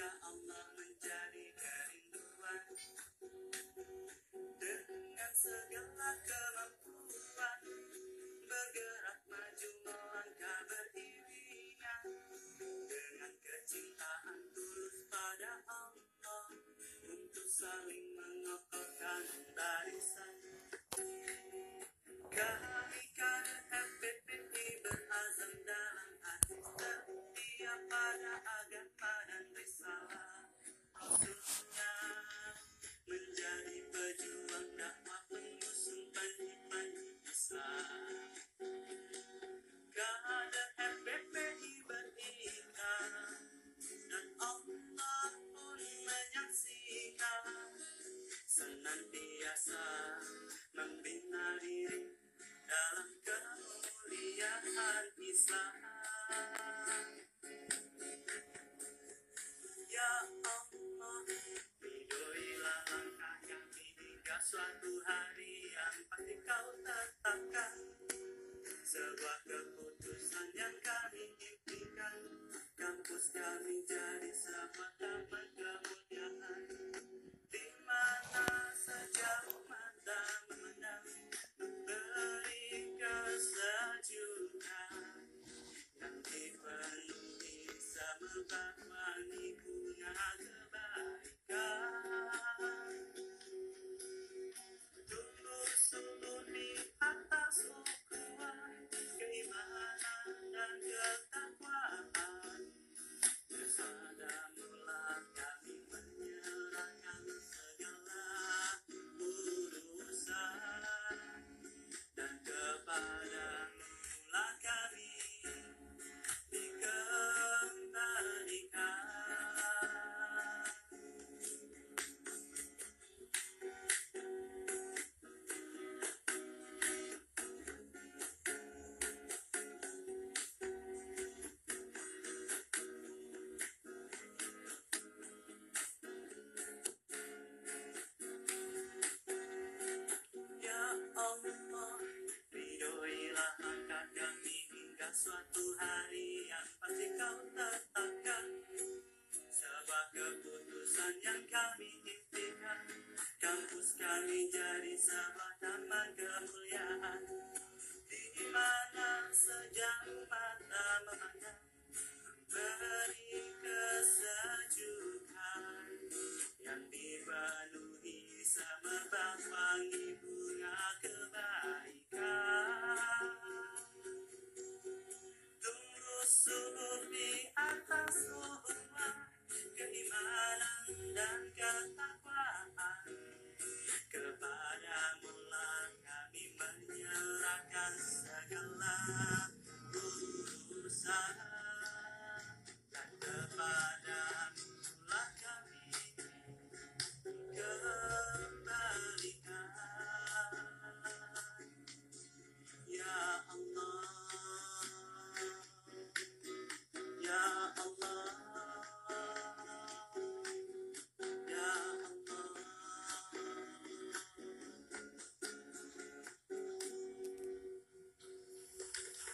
wajah Allah menjadi kerinduan. Dengan segala kemampuan bergerak maju melangkah beriringan, dengan kecintaan tulus pada Allah untuk saling mengokohkan barisan. Kami kader FPPI berazam dalam hati setia pada agama dan risalah Rasulnya, menjadi pejuang dakwah pengusung panji-panji Islam. Kader FPPI beriman dan Allah pun menyaksikan, senantiasa membina diri dalam kemuliaan Islam. Ya Allah, ridhoilah langkah kami hingga suatu hari yang pasti Kau tetapkan, sebuah keputusan yang kami impikan. Kampus kami jadi sebuah taman kemuliaan, di mana sejauh mata memandang memberi kesejukan, dan dipenuhi sama wangi bunga kebaikan. Tumbuh subur di atas ukhuwah keimanan dan ketakwaan, bersadamulah kami menyerahkan segala urusan, dan kepadamulah kami dikembalikan. Ya Allah, ridhoilah langkah kami hingga suatu hari yang pasti Kau tetapkan, sebuah keputusan yang kami impikan. Kampus kami jadi sebuah taman kemuliaan, di mana sejak